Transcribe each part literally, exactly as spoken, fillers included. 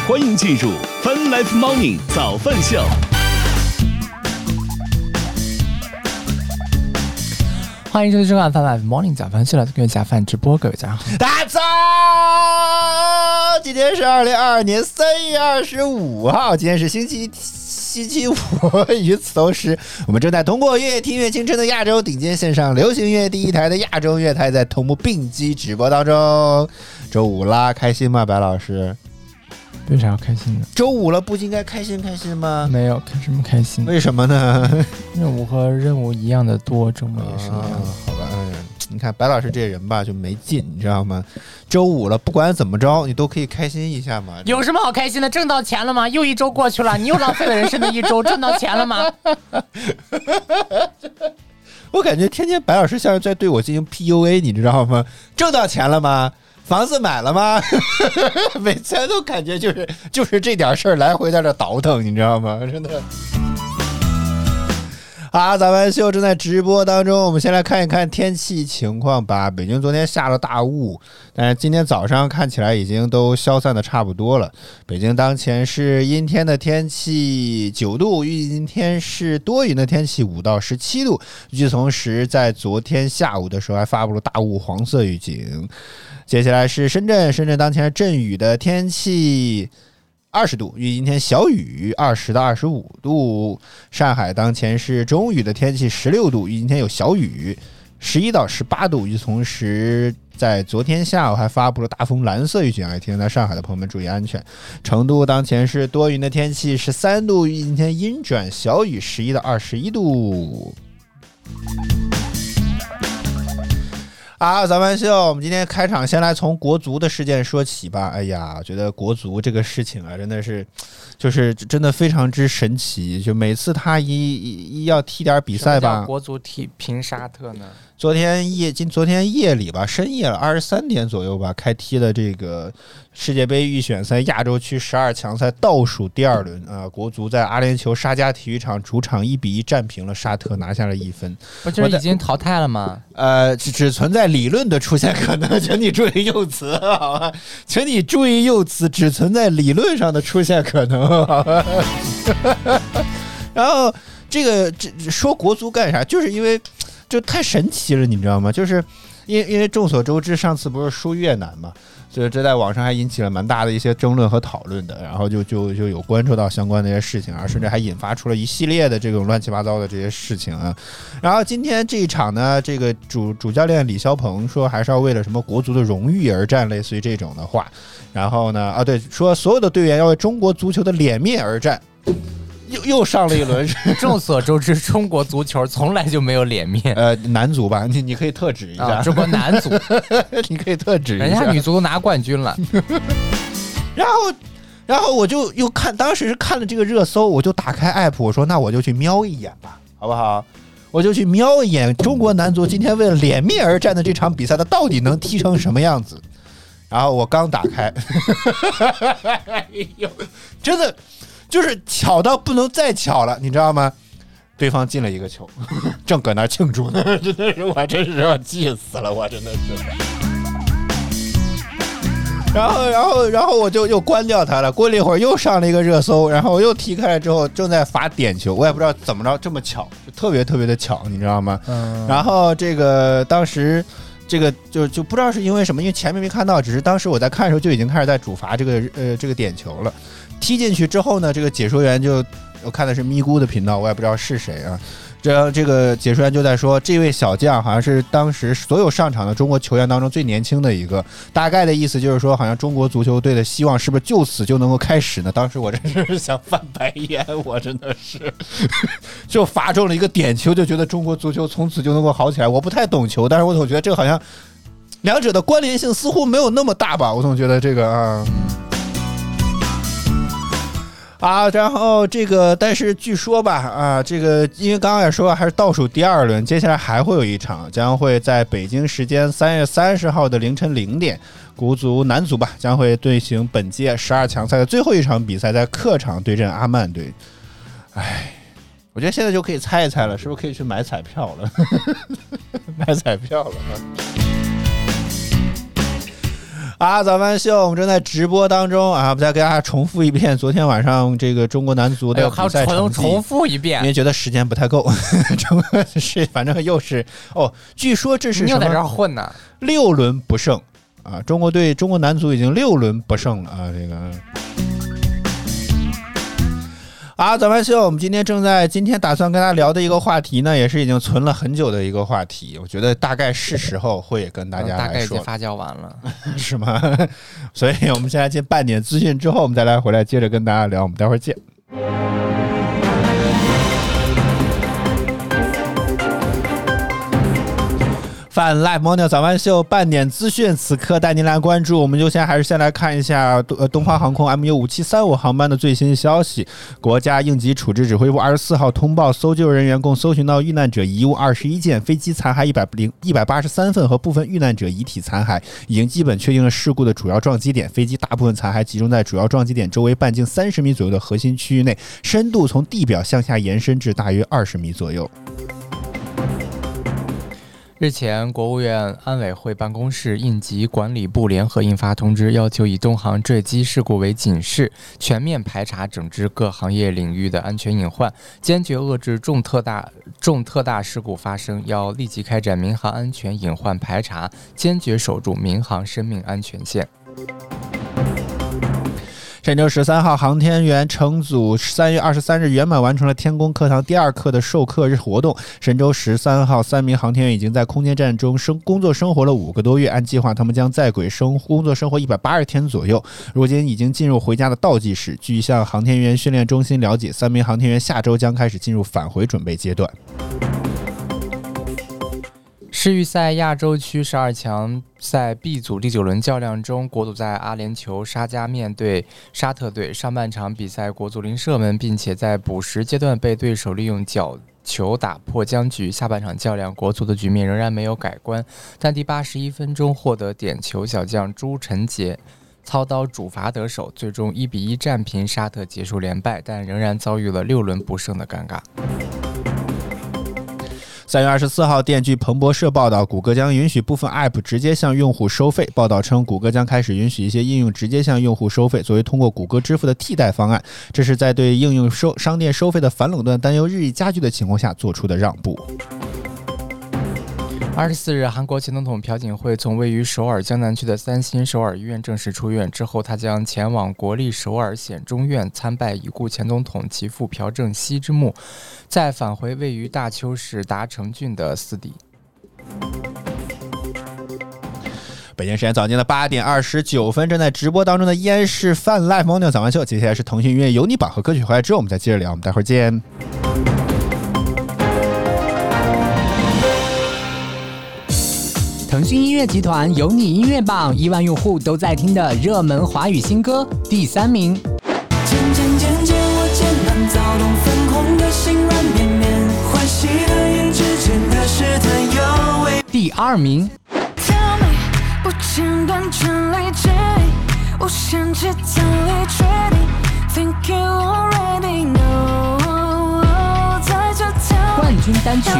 欢迎进入 Fun Life Morning 早饭秀。 欢迎收听收看 Fun Life Morning 早饭秀了，跟加饭直播，各位早上好。 大早，今天是二零二二年三月二十五号，今天是星期星期五。与此同时，我们正在通过乐听乐青春的亚洲顶尖线上流行乐第一台的亚洲乐台，在同步并机直播当中。周五啦，开心吗，白老师？ 为啥要开心呢？ 周五了，不应该开心开心吗？ 没有，开什么开心？ 为什么呢？ 任务和任务一样的多，周末也是一样的。 啊、好吧，嗯，你看白老师这人吧，就没劲，你知道吗？周五了，不管怎么着，你都可以开心一下嘛。 有什么好开心的？挣到钱了吗？又一周过去了，你又浪费了人生的一周，挣到钱了吗？ 我感觉天天白老师像是在对我进行 P U A， 你知道吗？挣到钱了吗？房子买了吗？每次都感觉就是就是这点事儿来回在这倒腾，你知道吗？真的。啊，早饭秀正在直播当中，我们先来看一看天气情况吧。北京昨天下了大雾，但是今天早上看起来已经都消散的差不多了。北京当前是阴天的天气九度，预计今天是多云的天气五到十七度。与此同时，在昨天下午的时候还发布了大雾黄色预警。接下来是深圳，深圳当前阵雨的天气二十度，预计今天小雨二十到二十五度。上海当前是中雨的天气十六度，预计今天有小雨十一到十八度。与此同时，在昨天下午还发布了大风蓝色预警，提醒在上海的朋友们注意安全。成都当前是多云的天气十三度，预计今天阴转小雨十一到二十一度。好，早饭秀，我们今天开场先来从国足的事件说起吧。哎呀，我觉得国足这个事情啊，真的是，就是真的非常之神奇。就每次他一一要踢点比赛吧， 国足踢平沙特呢？ 昨天夜今昨天夜里吧，深夜了二十三点左右吧，开踢了这个世界杯预选赛亚洲区十二强赛倒数第二轮啊，国足在阿联酋沙加体育场主场一比一战平了沙特，拿下了一分。 不就是已经淘汰了吗？ 呃，只只存在理论的出现可能，请你注意用词，好吧？请你注意用词，只存在理论上的出现可能，好吧？然后这个这说国足干啥？就是因为。就太神奇了，你知道吗？就是因为因为众所周知，上次不是输越南嘛，所以这在网上还引起了蛮大的一些争论和讨论的，然后就就就有关注到相关的一些事情啊，甚至还引发出了一系列的这种乱七八糟的这些事情啊。然后今天这一场呢，这个主主教练李霄鹏说还是要为了什么国足的荣誉而战，类似于这种的话。然后呢，啊对，说所有的队员要为中国足球的脸面而战。又又上了一轮。 众所周知，中国足球从来就没有脸面。 呃，男足吧，你你可以特指一下。 啊、中国男足， 你可以特指一下。 人家女足都拿冠军了。 然后，然后我就又看，当时是看了这个热搜，我就打开 app， 我说那我就去瞄一眼吧，好不好？我就去瞄一眼中国男足今天为了脸面而战的这场比赛，它到底能踢成什么样子？然后我刚打开，哎呦，真的。就是巧到不能再巧了，你知道吗？对方进了一个球，正搁那儿庆祝呢，真的是我真是要气死了，我真的是。然后，然后，然后我就又关掉它了。过了一会儿，又上了一个热搜，然后我又踢开了之后，正在罚点球，我也不知道怎么着这么巧，就特别特别的巧，你知道吗？嗯。然后这个当时。这个就就不知道是因为什么，因为前面没看到，只是当时我在看的时候就已经开始在主罚这个呃这个点球了。踢进去之后呢，这个解说员就我看的是咪咕的频道，我也不知道是谁啊。这这个解说员就在说，这位小将好像是当时所有上场的中国球员当中最年轻的一个，大概的意思就是说，好像中国足球队的希望是不是就此就能够开始呢？当时我真是想翻白眼，我真的是就罚中了一个点球，就觉得中国足球从此就能够好起来。我不太懂球，但是我总觉得这个好像两者的关联性似乎没有那么大吧，我总觉得这个啊。啊，然后这个，但是据说吧，啊，这个因为刚刚也说了，还是倒数第二轮，接下来还会有一场，将会在北京时间三月三十号的凌晨零点，国足男足吧将会对行本届十二强赛的最后一场比赛，在客场对阵阿曼队。哎，我觉得现在就可以猜一猜了，是不是可以去买彩票了？买彩票了。 啊，早饭秀我们正在直播当中啊，我们再给大家重复一遍昨天晚上这个中国男足的比赛成绩， 重复一遍， 因为觉得时间不太够。是，反正又是哦，据说这是你又在这儿混呢， 六轮不胜啊！中国队，中国男足已经六轮不胜了啊！这个。啊，早饭秀，我们今天正在今天打算跟大家聊的一个话题呢，也是已经存了很久的一个话题，我觉得大概是时候会跟大家来说， 大概已经发酵完了， 是吗？所以我们现在进半点资讯之后，我们再来回来接着跟大家聊，我们待会儿见。泛 Live Morning 早饭秀半点资讯，此刻带您来关注。我们就先还是先来看一下东方航空 M U 五七三五航班的最新消息。国家应急处置指挥部二十四号通报，搜救人员共搜寻到遇难者遗物二十一件，飞机残骸一百八十三份和部分遇难者遗体残骸，已经基本确定了事故的主要撞击点。飞机大部分残骸集中在主要撞击点周围半径三十米左右的核心区域内，深度从地表向下延伸至大约二十米左右。 日前，国务院安委会办公室应急管理部联合印发通知，要求以东航坠机事故为警示，全面排查整治各行业领域的安全隐患，坚决遏制重特大重特大事故发生。要立即开展民航安全隐患排查，坚决守住民航生命安全线。 神舟十三号航天员乘组三月二十三日圆满完成了天宫课堂第二课的授课日活动。神舟十三号三名航天员已经在空间站中生工作生活了五个多月，按计划他们将在轨生工作生活一百八十天左右，如今已经进入回家的倒计时。据向航天员训练中心了解，三名航天员下周将开始进入返回准备阶段。 世预赛亚洲区十二强赛 B 组第九轮较量中，国足在阿联酋沙加面对沙特队。上半场比赛国足零射门，并且在补时阶段被对手利用角球打破僵局。下半场较量，国足的局面仍然没有改观，但第八十一分钟获得点球小将朱晨杰操刀主罚得手，最终一比一战平沙特，结束连败，但仍然遭遇了六轮不胜的尴尬。 三月二十四号，电据彭博社报道，谷歌将允许部分 App 直接向用户收费。报道称，谷歌将开始允许一些应用直接向用户收费，作为通过谷歌支付的替代方案。这是在对应用收商店收费的反垄断担忧日益加剧的情况下做出的让步。 二十四日，韩国前总统朴槿惠从位于首尔江南区的三星首尔医院正式出院，之后他将前往国立首尔显忠院参拜已故前总统其父朴正熙之墓，再返回位于大邱市达成郡的私邸。 北京时间早间的八点二十九分，正在直播当中的依然是泛 Live Morning 早安秀，接下来是腾讯音乐有你榜和歌曲回来之后，我们再接着聊，我们待会儿见。 腾讯音乐集团有你音乐榜，亿万用户都在听的热门华语新歌第三名。 渐渐渐渐我渐慢躁动粉红的心软绵绵，欢喜的眼之间的试探有味。 第二名。 Tell me 不间断全力接力，无限期暂离确定 Think you already know 在这条冠军单曲。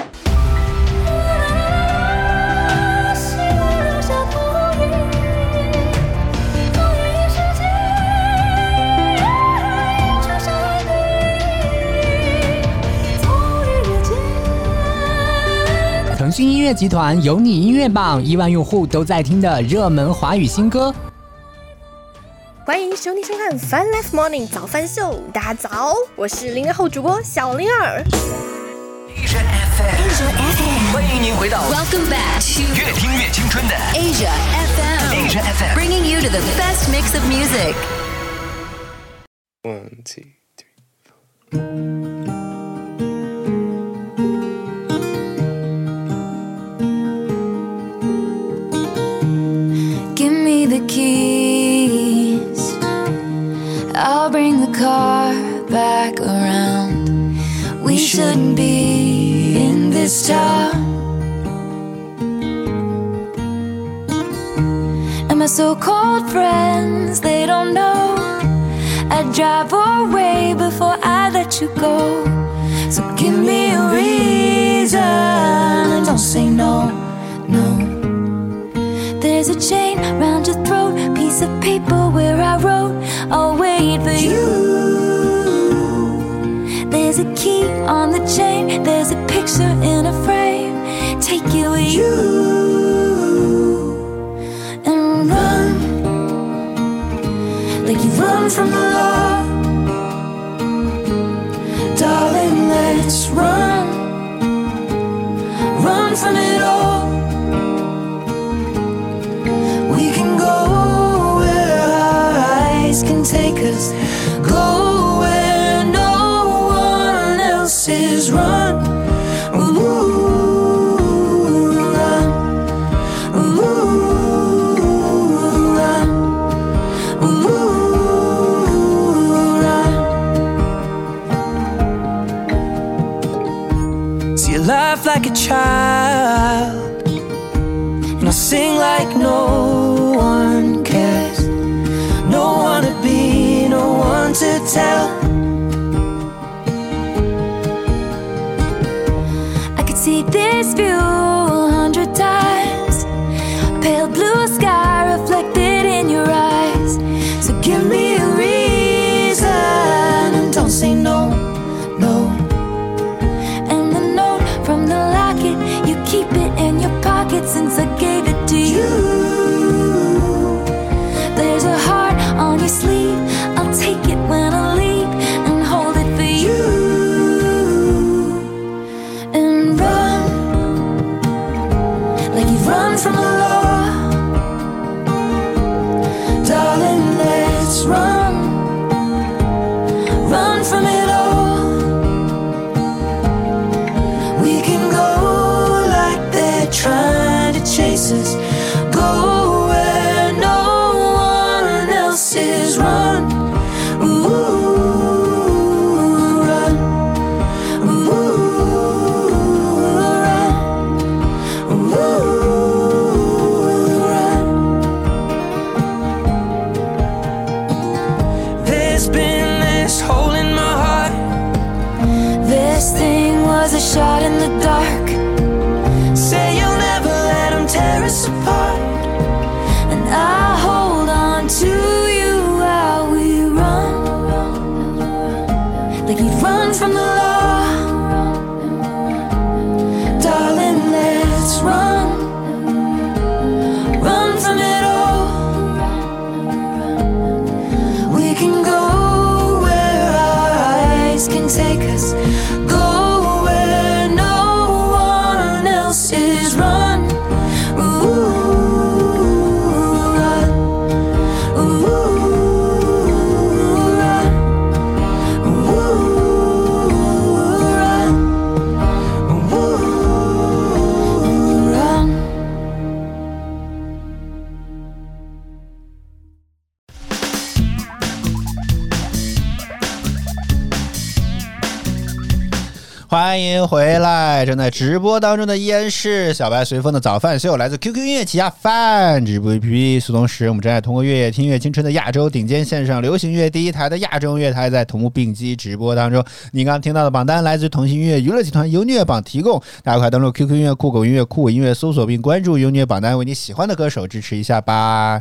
腾讯音乐集团有你音乐榜，亿万用户都在听的热门华语新歌。 欢迎收听收看 Fun Life Morning 早饭秀，大家早，我是零零后主播小灵儿。 Asia F M， 欢迎您回到 Welcome back to 越听越青春的 Asia F M，Asia F M，bringing you to the best mix of music. One, two, three. Give me the keys, I'll bring the car back around. We shouldn't be in this town. And my so-called friends, they don't know I'd drive away before I let you go. So give me a reason and don't say no, no. There's There's a chain round your throat, piece of paper where I wrote, I'll wait for you. There's a key on the chain, there's a picture in a frame, take it with you. And run, like you run from the law. Darling, let's run, run from it all. We can go where our eyes can take us, go where no one else is. Run, ooh, run, ooh, run, ooh, run. See your life like a child, and I'll sing like no one cares. No one to be, no one to tell. I could see this view a hundred times, pale blue sky reflected in your eyes. So give me a reason and don't say no, no. And the note from the locket, you keep it in your pocket since I gave it to you. There's a heart on your sleeve, I'll take it when I leave and hold it for you. And run, like you run from the law. Darling, let's run, run from it all. We can go like they're trying to chase us, go where no one else is. Run, ooh, run, ooh, run, ooh, run. There's been this hole in my heart. This thing was a shot in the dark. Say you'll never let him tear us apart, and I hold on to you while we run, like we run from the law. Darling, let's run, run from it all. We can go where our eyes can take us, go where no one else is. Run, ooh, run, ooh, run, ooh, run, ooh, run. 欢迎回来！正在直播当中的依然是小白随风的早饭秀，来自 Q Q 音乐旗下饭直播 A P P。苏同时，我们正在通过月夜听乐青春的亚洲顶尖线上流行乐第一台的亚洲乐台，在同步并机直播当中。你刚刚听到的榜单来自腾讯音乐娱乐集团优虐榜提供，大家快登录 Q Q 音乐、酷狗音乐、酷我音乐搜索并关注优虐榜单，为你喜欢的歌手支持一下吧。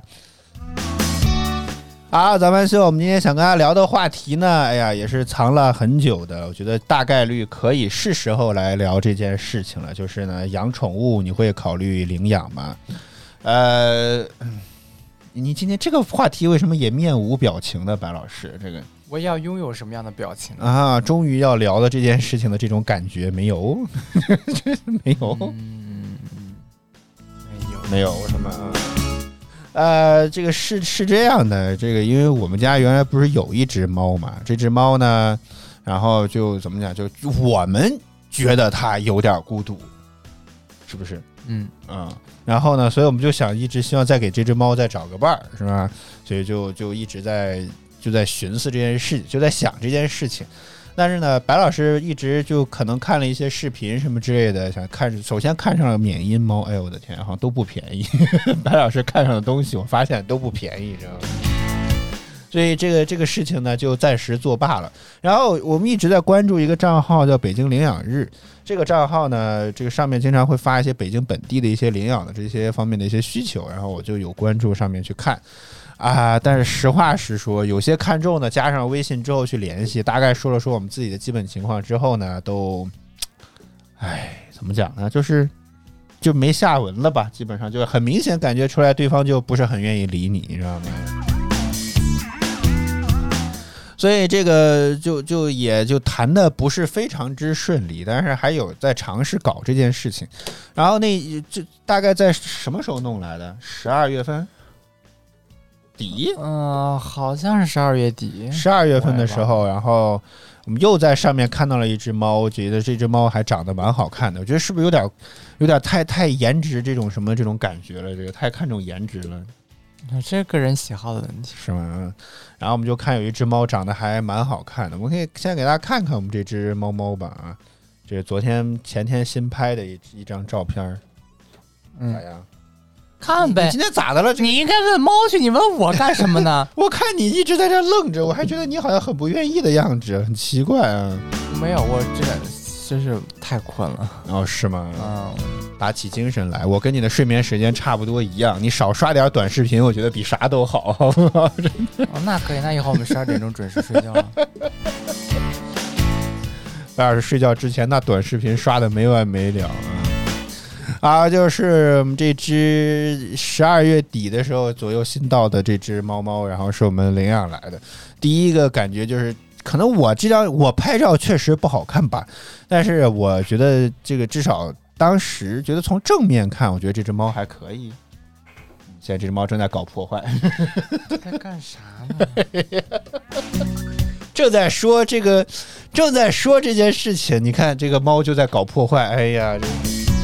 好，早饭秀，我们今天想跟大家聊的话题呢，哎呀，也是藏了很久的，我觉得大概率可以是时候来聊这件事情了。就是呢，养宠物你会考虑领养吗？呃，你今天这个话题为什么也面无表情的，白老师？这个我要拥有什么样的表情啊？终于要聊的这件事情的这种感觉没有？没有？ 嗯，没有， 没有什么啊？呃，这个是是这样的，这个因为我们家原来不是有一只猫嘛，这只猫呢，然后就怎么讲，就我们觉得它有点孤独，是不是？ 嗯嗯，然后呢，所以我们就想一直希望再给这只猫再找个伴儿，是吧？所以就就一直在就在寻思这件事，就在想这件事情。但是呢，白老师一直就可能看了一些视频什么之类的，想看，首先看上了缅因猫，哎呦我的天，好像都不便宜。白老师看上的东西，我发现都不便宜，知道吗？ 所以这个这个事情呢就暂时作罢了。然后我们一直在关注一个账号叫北京领养日，这个账号呢，这个上面经常会发一些北京本地的一些领养的这些方面的一些需求，然后我就有关注上面去看啊。但是实话实说，有些看中呢，加上微信之后去联系，大概说了说我们自己的基本情况之后呢，都，哎，怎么讲呢？就是就没下文了吧，基本上就很明显感觉出来对方就不是很愿意理你，你知道吗？所以这个就就也就谈的不是非常之顺利，但是还有在尝试搞这件事情。然后那就大概在什么时候弄来的？十二月份底？ 嗯、呃，好像是十二月底。 十二月份的时候，然后我们又在上面看到了一只猫，觉得这只猫还长得蛮好看的。我觉得是不是有点有点太太颜值这种什么这种感觉了？这个太看重颜值了。 这是个人喜好的问题是吗？然后我们就看有一只猫长得还蛮好看的，我们可以先给大家看看我们这只猫猫吧啊，这是昨天前天新拍的一一张照片， 嗯， 咋样？ 看呗。 你今天咋的了？ 你应该问猫去，你问我干什么呢？ 我看你一直在这愣着，我还觉得你好像很不愿意的样子，很奇怪啊。 没有，我这真是太困了。 哦，是吗？ 嗯。 打起精神来，我跟你的睡眠时间差不多一样，你少刷点短视频，我觉得比啥都好，好不好？ 哦，那可以，那以后我们十二点钟准时睡觉了。 要是睡觉之前那短视频刷的没完没了啊！啊，就是我们这只十二月底的时候左右新到的这只猫猫，然后是我们领养来的。第一个感觉就是，可能我这张我拍照确实不好看吧，但是我觉得这个至少。当时觉得从正面看，我觉得这只猫还可以。现在这只猫正在搞破坏， 在干啥呢？ 正在说这个，正在说这件事情。你看这个猫就在搞破坏，哎呀，这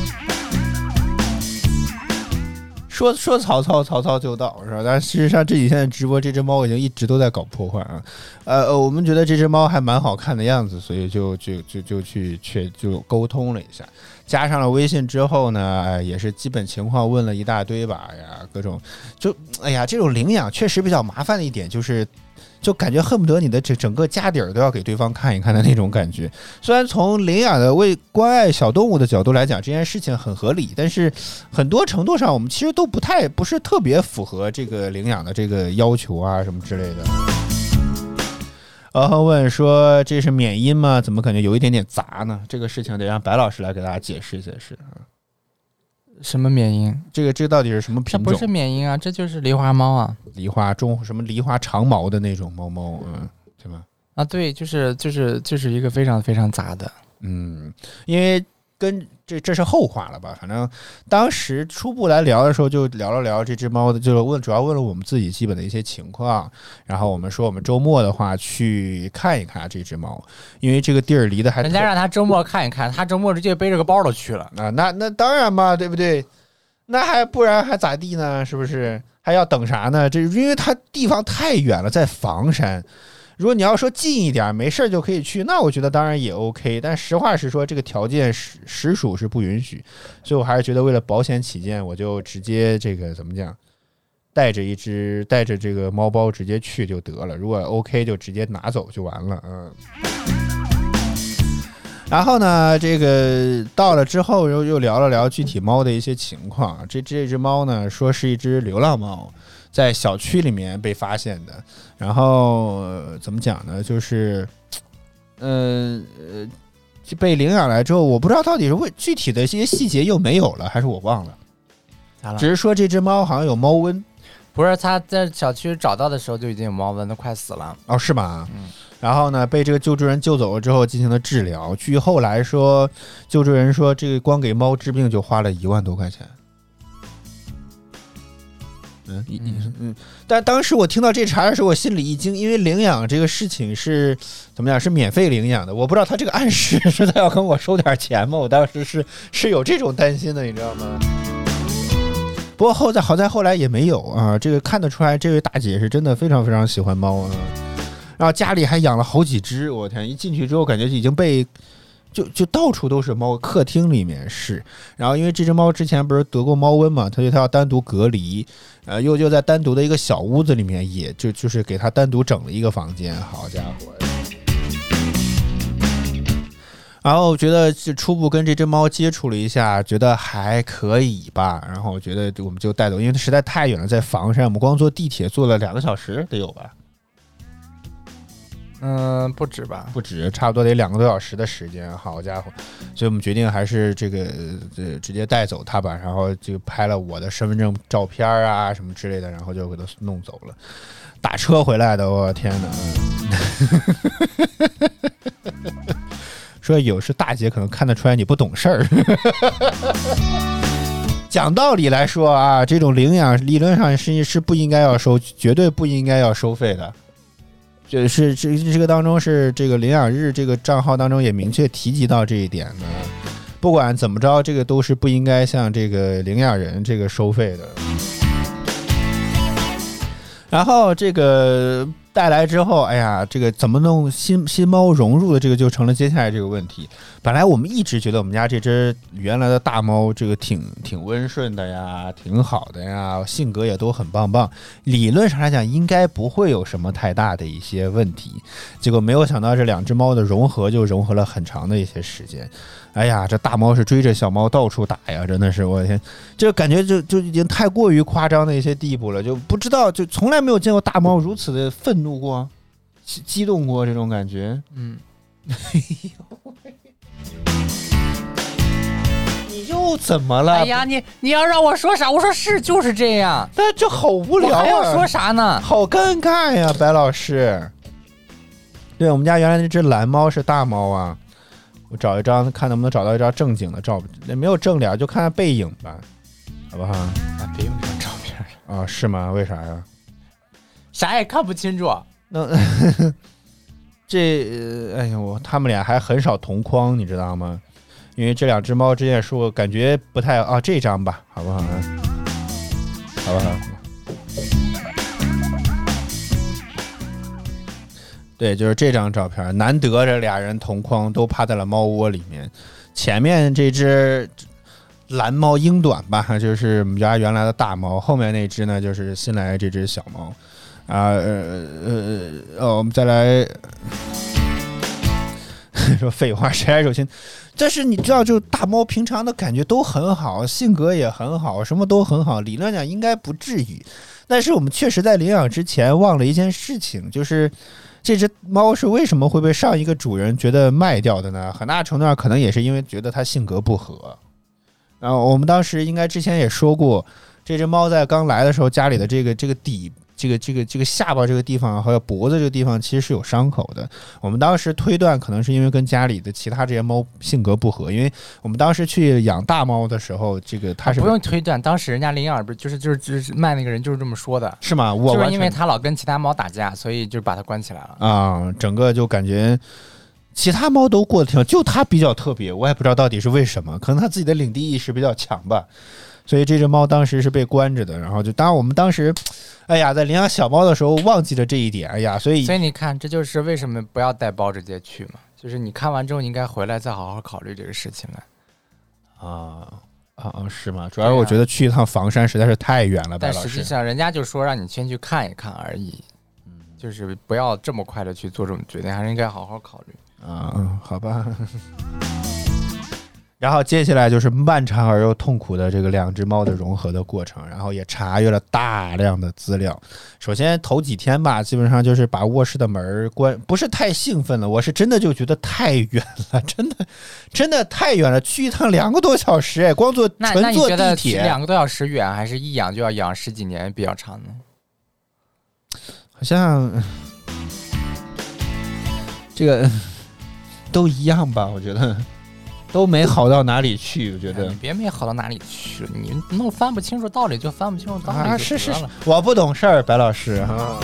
说说曹操，曹操就到是吧？但事实上这几天的直播，这只猫已经一直都在搞破坏啊。呃，我们觉得这只猫还蛮好看的样子，所以就就就就去去就沟通了一下。加上了微信之后呢，哎，也是基本情况问了一大堆吧，哎呀，各种就哎呀，这种领养确实比较麻烦的一点就是，就感觉恨不得你的整整个家底儿都要给对方看一看的那种感觉。虽然从领养的为关爱小动物的角度来讲，这件事情很合理，但是很多程度上我们其实都不太不是特别符合这个领养的这个要求啊什么之类的。然后问说这是缅因吗？怎么感觉有一点点杂呢？这个事情得让白老师来给大家解释解释。 什么缅因？ 这个这到底是什么品种？ 这不是缅因啊，这就是狸花猫啊， 狸花中什么狸花长毛的那种猫猫，嗯，对吧？ 啊，对，就是就是就是一个非常非常杂的， 嗯，因为跟这这是后话了吧？反正当时初步来聊的时候，就聊了聊这只猫的，就问主要问了我们自己基本的一些情况，然后我们说我们周末的话去看一看这只猫，因为这个地儿离得还， 人家让他周末看一看，他周末直接背着个包都去了啊，那那当然嘛，对不对？那还不然还咋地呢？是不是？还要等啥呢？这因为它地方太远了，在房山。如果你要说近一点没事就可以去，那我觉得当然也 OK， 但实话实说这个条件实实属是不允许，所以我还是觉得为了保险起见，我就直接这个怎么讲，带着一只带着这个猫包直接去就得了，如果 OK 就直接拿走就完了。嗯，然后呢这个到了之后又又聊了聊具体猫的一些情况，这这只猫呢说是一只流浪猫，在小区里面被发现的，然后、呃、怎么讲呢？就是，呃呃，被领养来之后，我不知道到底是为具体的一些细节又没有了，还是我忘了。 咋了？ 只是说这只猫好像有猫瘟， 不是他在小区找到的时候就已经有猫瘟，都快死了。 哦，是吗？ 嗯。 然后呢，被这个救助人救走了之后进行了治疗。据后来说，救助人说，这个光给猫治病就花了一万多块钱。嗯嗯嗯，但当时我听到这茬的时候，我心里一惊，因为领养这个事情是怎么讲，是免费领养的，我不知道他这个暗示是他要跟我收点钱吗？我当时是是有这种担心的，你知道吗？不过后在好在后来也没有啊，这个看得出来，这位大姐是真的非常非常喜欢猫啊，然后家里还养了好几只，我天，一进去之后感觉已经被就就到处都是猫，客厅里面是，然后因为这只猫之前不是得过猫瘟嘛，所以它要单独隔离，呃，又就在单独的一个小屋子里面，也就就是给它单独整了一个房间，好家伙！然后我觉得初步跟这只猫接触了一下，觉得还可以吧，然后我觉得我们就带走，因为它实在太远了，在房山，我们光坐地铁坐了两个小时得有吧。 嗯，不止吧， 不止，差不多得两个多小时的时间，好家伙！所以我们决定还是这个呃直接带走它吧，然后就拍了我的身份证照片啊什么之类的，然后就给它弄走了。打车回来的，我天哪！说有时大姐可能看得出来你不懂事儿。讲道理来说啊，这种领养理论上是是不应该要收，绝对不应该要收费的。就是这这个当中是这个领养日这个账号当中也明确提及到这一点的，不管怎么着，这个都是不应该向这个领养人这个收费的。然后这个带来之后，哎呀，这个怎么弄新新猫融入的这个就成了接下来这个问题。本来我们一直觉得我们家这只原来的大猫这个挺挺温顺的呀，挺好的呀，性格也都很棒棒，理论上来讲应该不会有什么太大的一些问题。结果没有想到这两只猫的融合就融合了很长的一些时间。哎呀，这大猫是追着小猫到处打呀，真的是我的天，这感觉就就已经太过于夸张的一些地步了，就不知道就从来没有见过大猫如此的愤怒过、激动过这种感觉。嗯，哎呦，你又怎么了？ 哎呀，你你要让我说啥？我说是就是这样。 但这好无聊啊！ 我还要说啥呢？ 好尴尬呀，白老师。对，我们家原来那只蓝猫是大猫啊。我找一张，看能不能找到一张正经的照片，没有正脸，就看看背影吧，好不好？啊， 别用这张照片啊？是吗？为啥呀？ 啥也看不清楚。 那这，哎呀，我他们俩还很少同框，你知道吗？因为这两只猫之前说我感觉不太啊，这张吧，好不好？好不好？对，就是这张照片，难得这俩人同框，都趴在了猫窝里面。前面这只蓝猫英短吧，就是我们家原来的大猫，后面那只呢就是新来这只小猫。啊呃呃呃，我们再来说废话，谁来手心？但是你知道，就大猫平常的感觉都很好，性格也很好，什么都很好，理论讲应该不至于。但是我们确实在领养之前忘了一件事情，就是这只猫是为什么会被上一个主人觉得卖掉的呢？很大程度上可能也是因为觉得它性格不合。然后我们当时应该之前也说过，这只猫在刚来的时候，家里的这个这个底。这个这个这个下巴这个地方还有脖子这个地方其实是有伤口的。我们当时推断可能是因为跟家里的其他这些猫性格不合，因为我们当时去养大猫的时候，这个它是、 啊、不用推断，当时人家领养不是就是就是就是卖那个人就是这么说的， 是吗？我就是因为他老跟其他猫打架，所以就把他关起来了啊。整个就感觉其他猫都过得挺好，就它比较特别，我也不知道到底是为什么，可能它自己的领地意识比较强吧。所以这只猫当时是被关着的，然后就当然我们当时，哎呀，在领养小猫的时候忘记了这一点，哎呀，所以所以你看，这就是为什么不要带包直接去嘛，就是你看完之后，你应该回来再好好考虑这个事情了。 啊啊是吗？主要是我觉得去一趟房山实在是太远了， 但实际上人家就说让你先去看一看而已，嗯，就是不要这么快的去做这种决定，还是应该好好考虑。 啊，嗯，好吧。然后接下来就是漫长而又痛苦的这个两只猫的融合的过程，然后也查阅了大量的资料。首先头几天吧，基本上就是把卧室的门关，不是太兴奋了，我是真的就觉得太远了，真的真的太远了，去一趟两个多小时，哎，光坐纯坐地铁。那你觉得两个多小时远，还是一养就要养十几年比较长呢？ 好像这个都一样吧，我觉得。都没好到哪里去，我觉得、 哎、你别没好到哪里去了，你弄翻不清楚道理就翻不清楚道理就得了、啊、 是是是，我不懂事儿，白老师啊。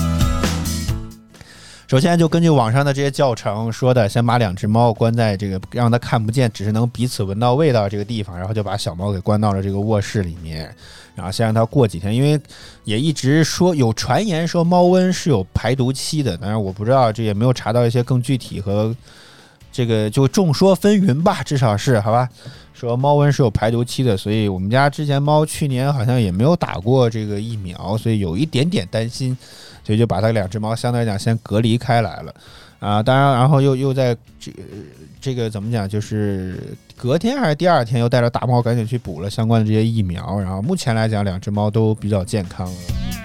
首先就根据网上的这些教程说的，先把两只猫关在这个让它看不见，只是能彼此闻到味道这个地方，然后就把小猫给关到了这个卧室里面，然后先让它过几天，因为也一直说有传言说猫瘟是有排毒期的，当然我不知道，这也没有查到一些更具体和。 这个就众说纷纭吧，至少是好吧。说猫瘟是有排毒期的，所以我们家之前猫去年好像也没有打过这个疫苗，所以有一点点担心，所以就把它两只猫相对来讲先隔离开来了啊。当然，然后又又在这个这个怎么讲，就是隔天还是第二天又带着大猫赶紧去补了相关的这些疫苗，然后目前来讲两只猫都比较健康了。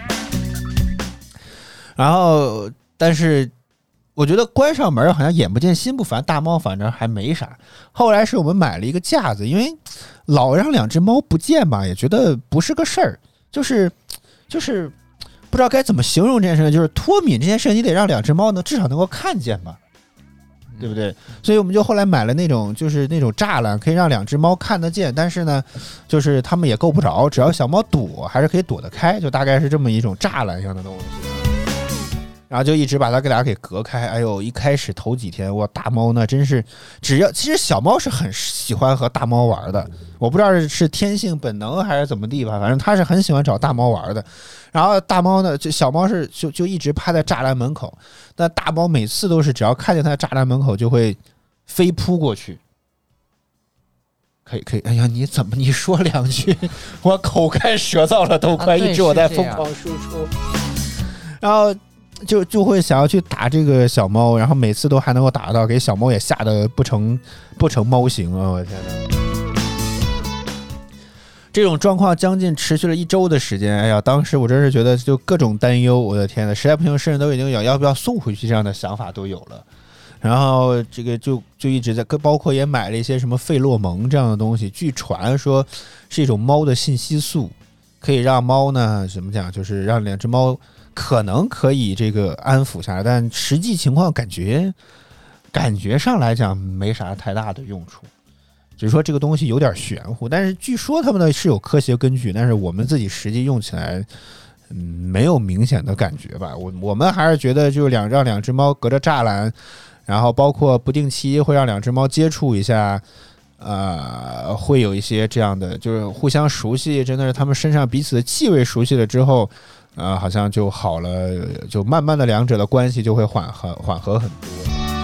然后，但是。我觉得关上门好像眼不见心不烦，大猫反正还没啥。后来是我们买了一个架子，因为老让两只猫不见吧，也觉得不是个事儿，就是就是不知道该怎么形容这件事情，就是脱敏这件事，你得让两只猫呢至少能够看见吧，对不对？所以我们就后来买了那种就是那种栅栏，可以让两只猫看得见，但是呢，就是它们也够不着，只要小猫躲还是可以躲得开，就大概是这么一种栅栏一样的东西。然后就一直把它给大家给隔开。哎呦，一开始头几天，我大猫呢真是，只要其实小猫是很喜欢和大猫玩的，我不知道是天性本能还是怎么地吧，反正它是很喜欢找大猫玩的。然后大猫呢，就小猫是就就一直趴在栅栏门口，但大猫每次都是只要看见它在栅栏门口就会飞扑过去。可以可以，哎呀，你怎么你说两句，我口干舌燥了都快，一直我在疯狂输出，然后。就就会想要去打这个小猫，然后每次都还能够打到，给小猫也吓得不成不成猫形啊！我天哪，这种状况将近持续了一周的时间。哎呀，当时我真是觉得就各种担忧，我的天哪，实在不行，甚至都已经有要不要送回去这样的想法都有了。然后这个就就一直在，包括也买了一些什么费洛蒙这样的东西，据传说是一种猫的信息素，可以让猫呢怎么讲，就是让两只猫。可能可以这个安抚下来，但实际情况感觉感觉上来讲没啥太大的用处，只是说这个东西有点玄乎，但是据说他们的是有科学根据，但是我们自己实际用起来、嗯、没有明显的感觉吧。我我们还是觉得就两让两只猫隔着栅栏，然后包括不定期会让两只猫接触一下，呃，会有一些这样的，就是互相熟悉，真的是他们身上彼此的气味熟悉了之后。啊、呃，好像就好了，就慢慢的两者的关系就会缓和缓和很多。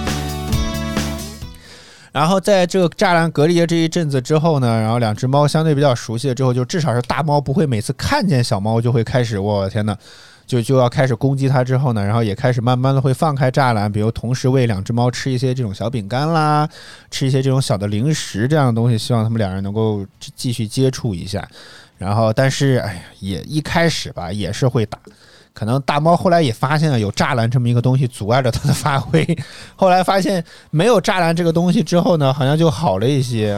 然后在这个栅栏隔离了这一阵子之后呢，然后两只猫相对比较熟悉了之后，就至少是大猫不会每次看见小猫就会开始，我天哪，就就要开始攻击它之后呢，然后也开始慢慢的会放开栅栏，比如同时喂两只猫吃一些这种小饼干啦，吃一些这种小的零食这样的东西，希望他们两人能够继续接触一下。然后，但是，哎呀，也一开始吧，也是会打。可能大猫后来也发现了有栅栏这么一个东西阻碍着它的发挥。后来发现没有栅栏这个东西之后呢，好像就好了一些。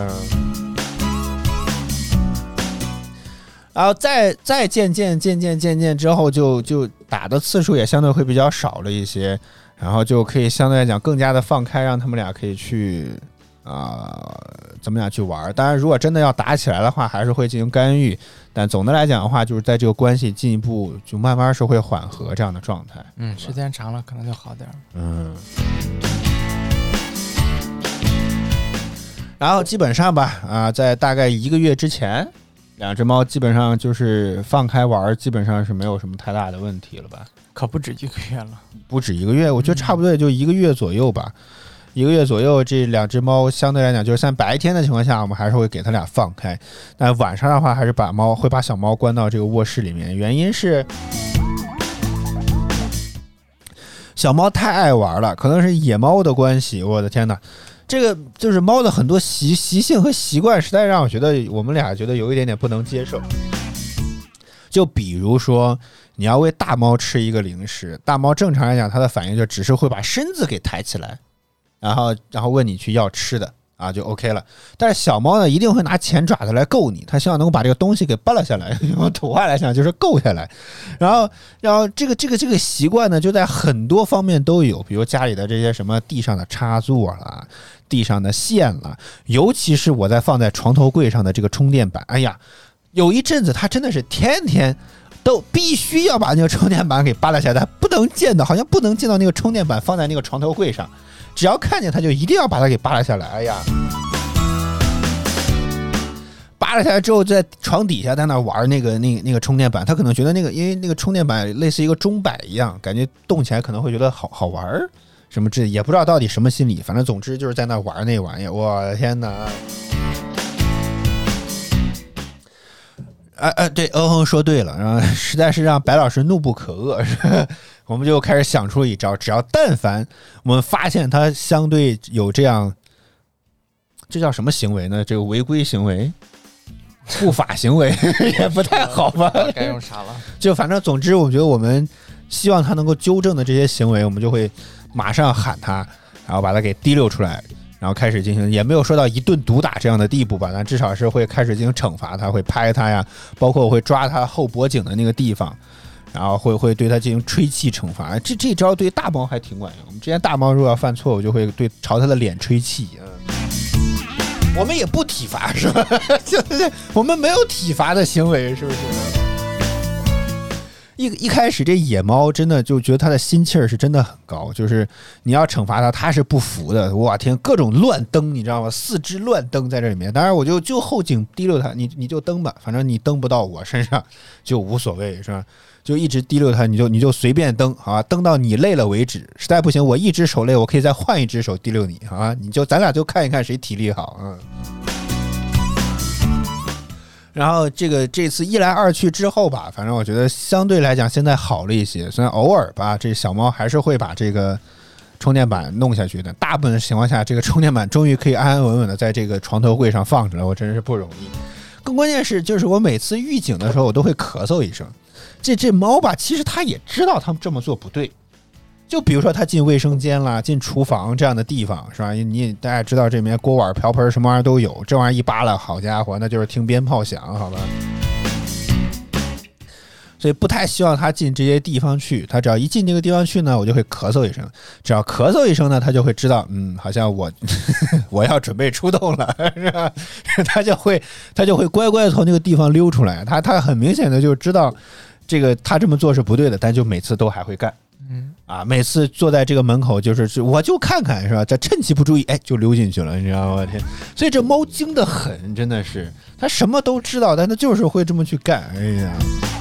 然后再再渐渐渐渐渐渐之后就，就就打的次数也相对会比较少了一些，然后就可以相对来讲更加的放开，让他们俩可以去。啊、呃，怎么样去玩？当然，如果真的要打起来的话，还是会进行干预。但总的来讲的话，就是在这个关系进一步就慢慢是会缓和这样的状态。 嗯，时间长了可能就好点。 嗯。然后基本上吧，啊、呃，在大概一个月之前，两只猫基本上就是放开玩，基本上是没有什么太大的问题了吧？ 可不止一个月了， 不止一个月，我觉得差不多也就一个月左右吧。一个月左右，这两只猫相对来讲，就是像白天的情况下，我们还是会给它俩放开。但晚上的话，还是把猫会把小猫关到这个卧室里面。原因是小猫太爱玩了，可能是野猫的关系。我的天哪，这个就是猫的很多习习性和习惯，实在让我觉得我们俩觉得有一点点不能接受。就比如说，你要喂大猫吃一个零食，大猫正常来讲，它的反应就只是会把身子给抬起来。然后，然后问你去要吃的啊，就 OK 了。但是小猫呢，一定会拿前爪子来够你，它希望能够把这个东西给扒拉下来。用土话来讲，就是够下来。然后，然后这个这个这个习惯呢，就在很多方面都有，比如家里的这些什么地上的插座啦、地上的线啦，尤其是我在放在床头柜上的这个充电板。哎呀，有一阵子它真的是天天都必须要把那个充电板给扒拉下来，不能见到，好像不能见到那个充电板放在那个床头柜上。只要看见它就一定要把它给扒拉下来。哎呀，扒拉下来之后在床底下在那玩那个那个那个充电板，他可能觉得那个因为那个充电板类似一个钟摆一样，感觉动起来可能会觉得好好玩， 什么这也不知道到底什么心理，反正总之就是在那玩那玩意儿，我的天哪！哎哎，对，欧恒说对了，然后实在是让白老师怒不可遏，我们就开始想出一招，只要但凡我们发现他相对有这样，这叫什么行为呢？这个违规行为、不法行为也不太好吧？ 该用啥了？ 就反正总之，我觉得我们希望他能够纠正的这些行为，我们就会马上喊他，然后把他给提溜出来。然后开始进行，也没有说到一顿毒打这样的地步吧，但至少是会开始进行惩罚他，会拍他呀，包括我会抓他后脖颈的那个地方，然后会会对他进行吹气惩罚。这这招对大猫还挺管用。我们之前大猫如果要犯错，我就会对朝他的脸吹气。嗯，我们也不体罚是吧？就是我们没有体罚的行为，是不是？一一开始这野猫真的就觉得他的心气儿是真的很高，就是你要惩罚他，他是不服的。哇天，各种乱蹬，你知道吗？四肢乱蹬在这里面。当然，我就就后颈提溜他，你你就蹬吧，反正你蹬不到我身上就无所谓，是吧？就一直提溜他，你就你就随便蹬，好吧？蹬到你累了为止。实在不行，我一只手累，我可以再换一只手提溜你，好吧？你就咱俩就看一看谁体力好，嗯。然后这个这次一来二去之后吧，反正我觉得相对来讲现在好了一些，虽然偶尔吧，这小猫还是会把这个充电板弄下去的。大部分情况下，这个充电板终于可以安安稳稳的在这个床头柜上放着了，我真是不容易。更关键是，就是我每次预警的时候，我都会咳嗽一声。这这猫吧，其实它也知道它们这么做不对。就比如说他进卫生间啦，进厨房这样的地方，是吧？你大家知道这里面锅碗瓢盆什么玩意儿都有，这玩意儿一扒拉，好家伙，那就是听鞭炮响，好吧？所以不太希望他进这些地方去。他只要一进这个地方去呢，我就会咳嗽一声。只要咳嗽一声呢，他就会知道，嗯，好像我我要准备出动了，是吧？他就会他就会乖乖的从那个地方溜出来。他他很明显的就知道这个他这么做是不对的，但就每次都还会干。嗯啊，每次坐在这个门口，就是我就看看，是吧？这趁其不注意，哎，就溜进去了，你知道吗？天！所以这猫精得很，真的是，它什么都知道，但它就是会这么去干。哎呀！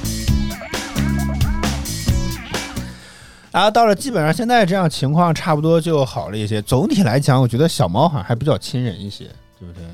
然后到了基本上现在这样情况，差不多就好了一些。总体来讲，我觉得小猫好像还比较亲人一些，对不对？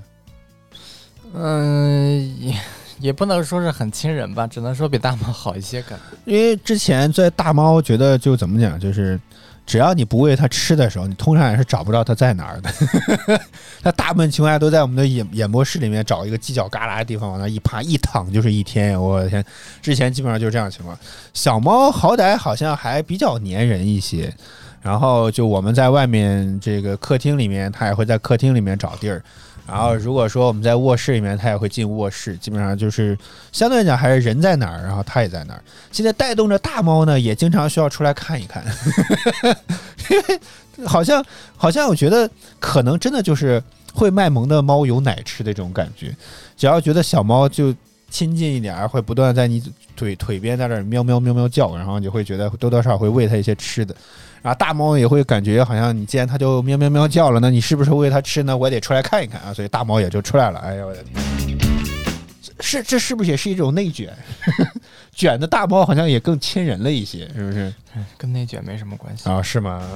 嗯，也。也不能说是很亲人吧，只能说比大猫好一些感觉。 因为之前在大猫觉得就怎么讲，就是只要你不喂它吃的时候，你通常也是找不到它在哪儿的。它大部分情况下都在我们的演演播室里面找一个犄角旮旯的地方，往那一趴一躺就是一天。我的天，之前基本上就是这样的情况。小猫好歹好像还比较粘人一些，然后就我们在外面这个客厅里面，它也会在客厅里面找地儿。然后如果说我们在卧室里面，它也会进卧室，基本上就是相对来讲还是人在哪儿，然后它也在哪儿。现在带动着大猫呢，也经常需要出来看一看，因为好像好像我觉得可能真的就是会卖萌的猫有奶吃的这种感觉，只要觉得小猫就亲近一点，会不断在你腿腿边在那儿喵喵喵喵叫，然后你就会觉得多多少少会喂它一些吃的。然后大猫也会感觉好像你既然它就喵喵喵叫了，那你是不是喂它吃呢？我也得出来看一看啊！所以大猫也就出来了。哎呀，我的天，是这是不是也是一种内卷？卷的大猫好像也更亲人了一些，是不是？ 跟内卷没什么关系啊？是吗？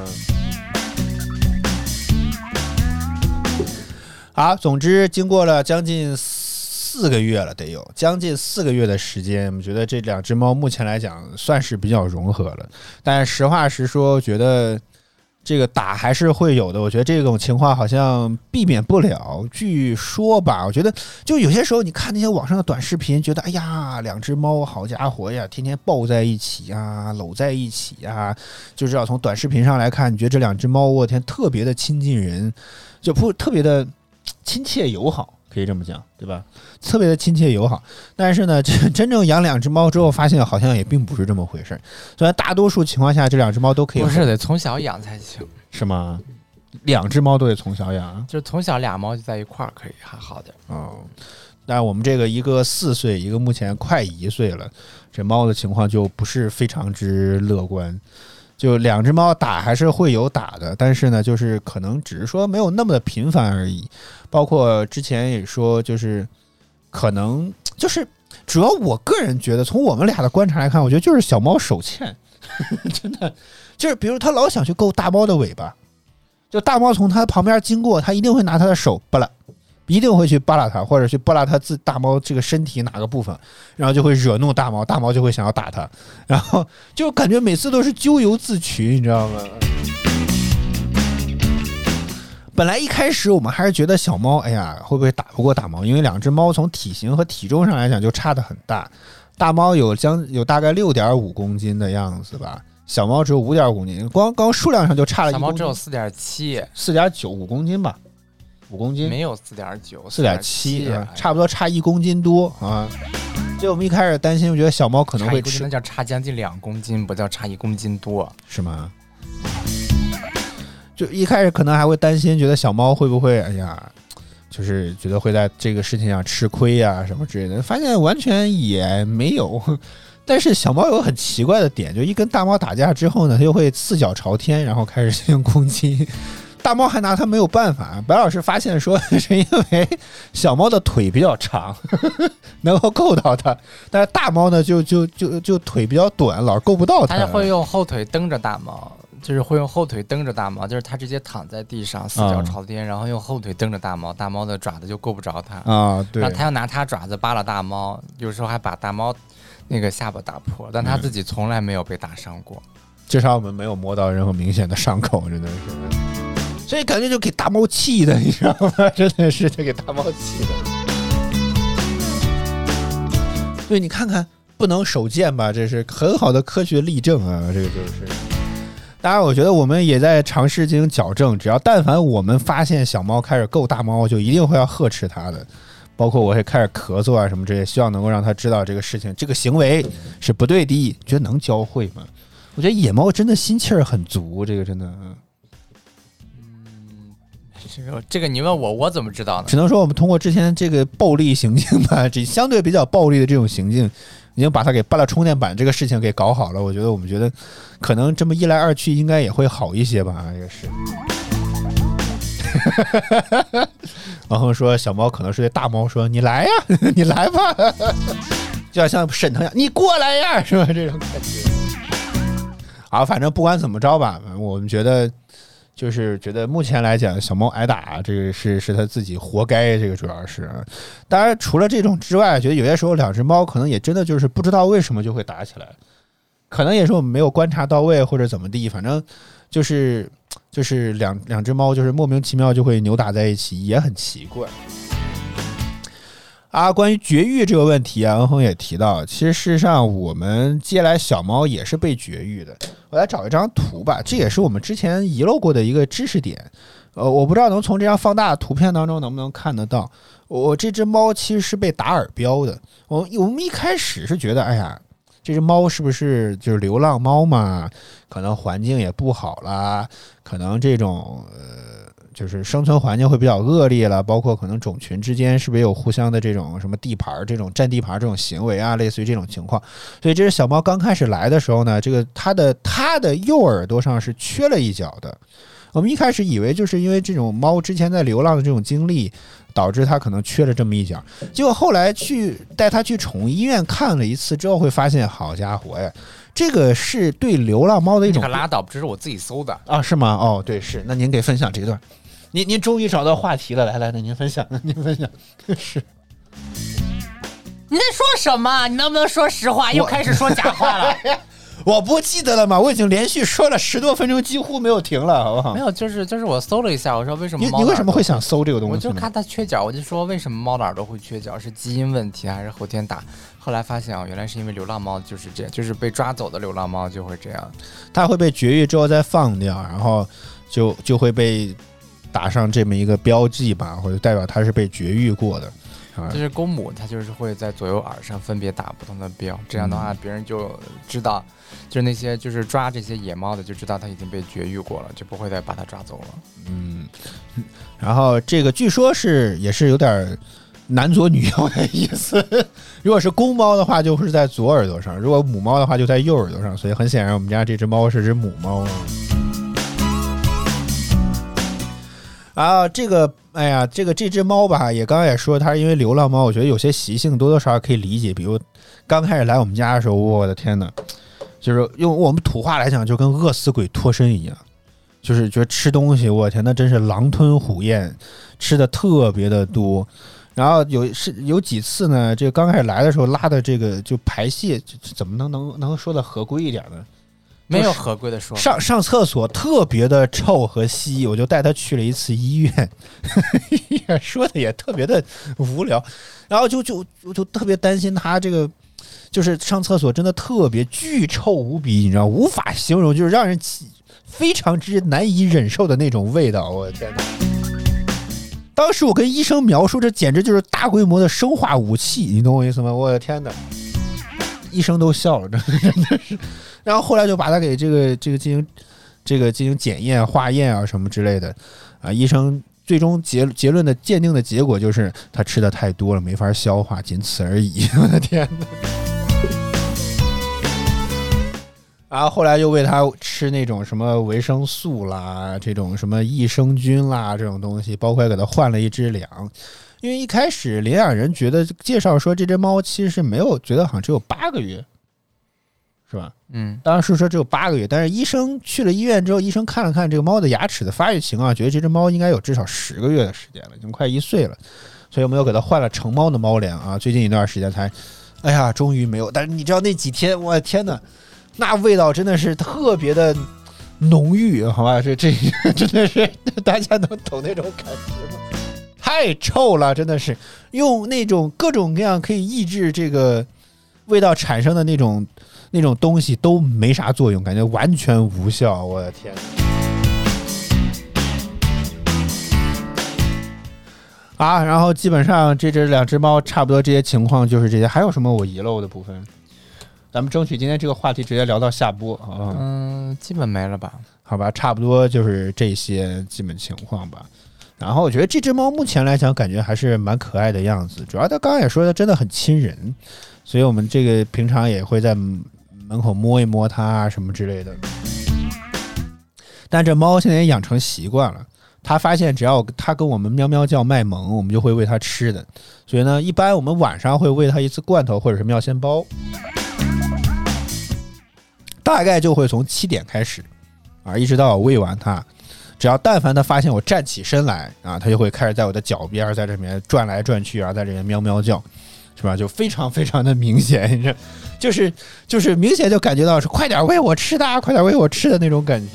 好，总之经过了将近四个月了，得有将近四个月的时间，我们觉得这两只猫目前来讲算是比较融合了。但实话实说，觉得这个打还是会有的。我觉得这种情况好像避免不了。据说吧，我觉得就有些时候你看那些网上的短视频，觉得哎呀，两只猫好家伙呀，天天抱在一起啊，搂在一起啊，就知道从短视频上来看，你觉得这两只猫，我天，特别的亲近人，就不特别的亲切友好。可以这么讲，对吧？特别的亲切友好。但是呢，真正养两只猫之后，发现好像也并不是这么回事。虽然大多数情况下，这两只猫都可以， 不是得从小养才行， 是吗？两只猫都得从小养， 就是从小俩猫就在一块儿可以还好点哦。但我们这个一个四岁，一个目前快一岁了，这猫的情况就不是非常之乐观。就两只猫打还是会有打的，但是呢，就是可能只是说没有那么的频繁而已。包括之前也说，就是可能就是主要我个人觉得，从我们俩的观察来看，我觉得就是小猫手欠，真的就是比如它老想去够大猫的尾巴，就大猫从它旁边经过，它一定会拿它的手扒拉，一定会去扒拉它，或者去扒拉它自大猫这个身体哪个部分，然后就会惹怒大猫，大猫就会想要打它，然后就感觉每次都是咎由自取，你知道吗？本来一开始我们还是觉得小猫，哎呀，会不会打不过大猫？因为两只猫从体型和体重上来讲就差得很大，大猫有将有大概六点五公斤的样子吧，小猫只有五点五公斤，光光数量上就差了一公斤。 小猫只有四点七， 四点九五公斤吧，五公斤没有四点九， 四点七，差不多差一公斤多啊。所以我们一开始担心，我觉得小猫可能会吃， 那叫差将近两公斤，不叫差一公斤多， 是吗？就一开始可能还会担心，觉得小猫会不会，哎呀，就是觉得会在这个事情上吃亏呀、啊、什么之类的。发现完全也没有。但是小猫有个很奇怪的点，就一跟大猫打架之后呢，它就会四脚朝天，然后开始进行攻击。大猫还拿它没有办法。白老师发现说，是因为小猫的腿比较长，能够够到它，但是大猫呢，就就就就腿比较短，老够不到它。 它会用后腿蹬着大猫。就是会用后腿蹬着大猫，就是它直接躺在地上，四脚朝天，嗯、然后用后腿蹬着大猫，大猫的爪子就够不着它啊。对， 然后它要拿它爪子扒拉大猫，有时候还把大猫那个下巴打破，但它自己从来没有被打伤过。 至少我们没有摸到任何明显的伤口，真的是。所以感觉就给大猫气的，你知道吗？真的是就给大猫气的。对，你看看，不能手贱吧？这是很好的科学例证啊，这个就是。当然我觉得我们也在尝试进行矫正，只要但凡我们发现小猫开始够大猫，就一定会要呵斥它的，包括我会开始咳嗽啊什么这些，希望能够让它知道这个事情，这个行为是不对的。觉得能教会吗？我觉得野猫真的心气儿很足，这个真的。 嗯，这个这个你问我，我怎么知道呢？ 只能说我们通过之前这个暴力行径吧，这相对比较暴力的这种行径，已经把它给搬了充电板这个事情给搞好了。我觉得我们觉得可能这么一来二去应该也会好一些吧，也是。然后说小猫可能是对大猫说你来呀，你来吧，就要像沈腾一样你过来呀，是吧？这种感觉。好，反正不管怎么着吧，我们觉得就是觉得目前来讲小猫挨打这个是是他自己活该，这个主要是。当然除了这种之外，觉得有些时候两只猫可能也真的就是不知道为什么就会打起来，可能也是我们没有观察到位或者怎么地，反正就是就是两两只猫就是莫名其妙就会扭打在一起，也很奇怪。啊，关于绝育这个问题啊，恩恒也提到，其实事实上我们接来小猫也是被绝育的。我来找一张图吧，这也是我们之前遗漏过的一个知识点。呃，我不知道能从这张放大的图片当中能不能看得到。我这只猫其实是被打耳标的。我我们一开始是觉得，哎呀，这只猫是不是就是流浪猫嘛？可能环境也不好啦，可能这种呃。就是生存环境会比较恶劣了，包括可能种群之间是不是也有互相的这种什么地盘这种占地盘这种行为啊，类似于这种情况。所以这只小猫刚开始来的时候呢，这个它的它的右耳朵上是缺了一角的。我们一开始以为就是因为这种猫之前在流浪的这种经历导致它可能缺了这么一角，结果后来去带它去宠物医院看了一次之后会发现，好家伙呀，这个是对流浪猫的一种。 你可拉倒，这是我自己搜的啊？是吗？哦，对，是。那您给分享这段。您您终于找到话题了，来来，那您分享，您分享是。 你在说什么？你能不能说实话？又开始说假话了。 我不记得了嘛，我已经连续说了十多分钟，几乎没有停了，好不好？ 没有，就是就是我搜了一下，我说为什么猫你你为什么会想搜这个东西？ 我就看它缺角，我就说为什么猫的耳朵会缺角，是基因问题还是后天打？后来发现啊，原来是因为流浪猫就是这样，就是被抓走的流浪猫就会这样， 它会被绝育之后再放掉，然后就就会被打上这么一个标记吧，或者代表它是被绝育过的。 就是公母，它就是会在左右耳上分别打不同的标，这样的话别人就知道，就是那些就是抓这些野猫的就知道它已经被绝育过了，就不会再把它抓走了。 嗯，然后这个据说是也是有点男左女右的意思。如果是公猫的话，就是在左耳朵上；如果母猫的话，就在右耳朵上。所以很显然，我们家这只猫是只母猫。啊，这个，哎呀，这个这只猫吧，也刚刚也说，它是因为流浪猫，我觉得有些习性多多少少可以理解。比如刚开始来我们家的时候，我的天哪， 就是用我们土话来讲，就跟饿死鬼脱身一样，就是觉得吃东西，我天，那真是狼吞虎咽，吃的特别的多。然后有是有几次呢，这个刚开始来的时候拉的这个就排泄，怎么能能能说的合规一点呢？ 没有合规的说法。 上上厕所特别的臭和稀，我就带他去了一次医院，医院说的也特别的无聊，然后就就就特别担心他这个。就是上厕所真的特别巨臭无比，你知道无法形容，就是让人非常之难以忍受的那种味道。我的天哪！当时我跟医生描述，这简直就是大规模的生化武器，你懂我意思吗？我的天哪！医生都笑了，真的是。然后后来就把他给这个这个进行这个进行检验、化验啊什么之类的啊，医生最终结结论的鉴定的结果就是他吃的太多了，没法消化，仅此而已。我的天哪！然后后来又喂他吃那种什么维生素啦，这种什么益生菌啦，这种东西，包括给他换了一只粮。因为一开始领养人觉得介绍说这只猫其实是没有，觉得好像只有八个月，是吧？ 嗯， 当时说只有八个月，但是医生去了医院之后，医生看了看这个猫的牙齿的发育情况，觉得这只猫应该有至少十个月的时间了，已经快一岁了，所以我们又给它换了成猫的猫粮啊。最近一段时间才，哎呀，终于没有。但是你知道那几天，我的天哪！那味道真的是特别的浓郁，好吧？这这真的是大家能懂那种感觉吗？太臭了，真的是用那种各种各样可以抑制这个味道产生的那种那种东西都没啥作用，感觉完全无效。我的天！啊，然后基本上这只两只猫差不多这些情况就是这些，还有什么我遗漏的部分？咱们争取今天这个话题直接聊到下播啊。 嗯，基本没了吧？ 好吧，差不多就是这些基本情况吧。然后我觉得这只猫目前来讲，感觉还是蛮可爱的样子。主要它刚刚也说它真的很亲人，所以我们这个平常也会在门口摸一摸它啊什么之类的。但这猫现在也养成习惯了，它发现只要它跟我们喵喵叫卖萌，我们就会喂它吃的。所以呢，一般我们晚上会喂它一次罐头或者是妙鲜包。大概就会从七点开始啊，一直到我喂完它，只要但凡它发现我站起身来啊，它就会开始在我的脚边在这里面转来转去，然后在这里面喵喵叫，是吧？就非常非常的明显，就是就是明显就感觉到是快点喂我吃的，快点喂我吃的那种感觉。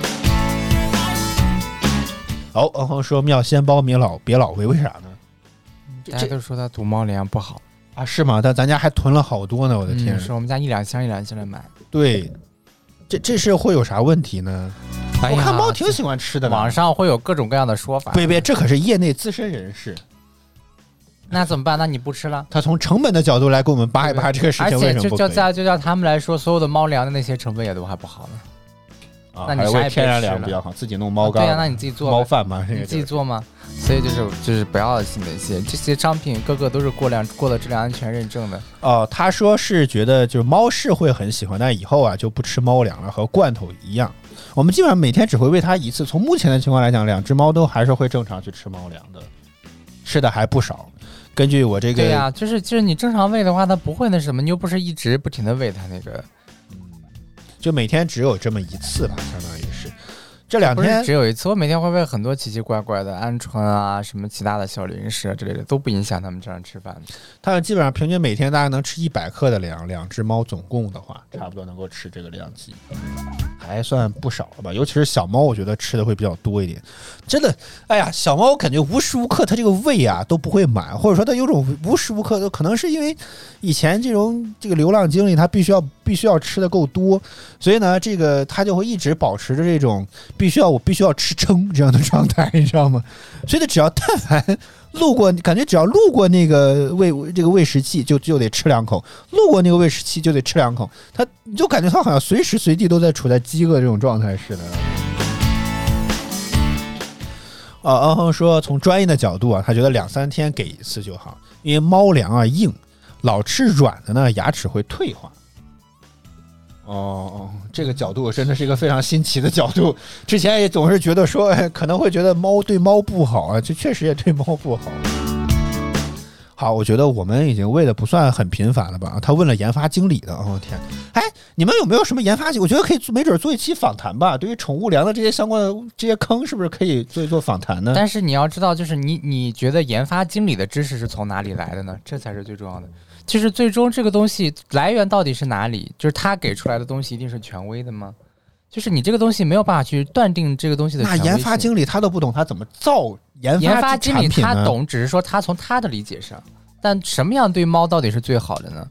哦，嗯哼说妙鲜包别老别老喂，为啥呢？ 大家都说它毒猫粮不好啊，是吗？但咱家还囤了好多呢，我的天！ 嗯、是我们家一两箱一两箱的买。 对，这这是会有啥问题呢？ 哎、 我看猫挺喜欢吃的， 网上会有各种各样的说法。 别别，这可是业内资深人士。 那怎么办？那你不吃了？ 他从成本的角度来给我们扒一扒这个事情为什么不可以？ 而且就叫就叫他们来说，所有的猫粮的那些成本也都还不好呢。 啊、 那你啥也天然粮比较好，自己弄猫缸、啊。 对呀、啊，那你自己做猫饭嘛， 你自己做吗？所以就是就是不要信那些这些商品，个个都是过量过了质量安全认证的。 哦，他说是觉得就是猫是会很喜欢，但以后啊就不吃猫粮了，和罐头一样。我们基本上每天只会喂它一次。从目前的情况来讲，两只猫都还是会正常去吃猫粮的，吃的还不少。根据我这个， 对呀、啊，就是就是你正常喂的话，它不会那什么，你又不是一直不停的喂它那个。 就每天只有这么一次吧，相当于是这两天不是只有一次。我每天会喂很多奇奇怪怪的鹌鹑啊，什么其他的小零食啊之类的，都不影响他们这样吃饭。 他们基本上平均每天大概能吃一百克的粮，两只猫总共的话，差不多能够吃这个量级，还算不少了吧？尤其是小猫，我觉得吃的会比较多一点。真的，哎呀，小猫感觉无时无刻它这个胃啊都不会满，或者说它有种无时无刻都可能是因为以前这种这个流浪经历，它必须要必须要吃的够多，所以呢，这个它就会一直保持着这种必须要我必须要吃撑这样的状态，你知道吗？所以它只要但凡路过，感觉只要路过那个喂这个喂食器就就得吃两口，路过那个喂食器就得吃两口，它你就感觉它好像随时随地都在处在饥饿这种状态似的。啊，嗯哼说从专业的角度啊，他觉得两三天给一次就好，因为猫粮啊硬，老吃软的呢牙齿会退化。哦哦，这个角度真的是一个非常新奇的角度。之前也总是觉得说，哎，可能会觉得猫对猫不好啊，这确实也对猫不好。 好，我觉得我们已经喂的不算很频繁了吧？他问了研发经理的，哦天，哎，你们有没有什么研发？我觉得可以，没准做一期访谈吧。对于宠物粮的这些相关的这些坑，是不是可以做一做访谈呢？ 但是你要知道，就是你你觉得研发经理的知识是从哪里来的呢？这才是最重要的。就是最终这个东西来源到底是哪里？就是他给出来的东西一定是权威的吗？就是你这个东西没有办法去断定这个东西的权威性。 那研发经理他都不懂，他怎么造研发研发经理他呢？ 懂，只是说他从他的理解上。但什么样对猫到底是最好的呢？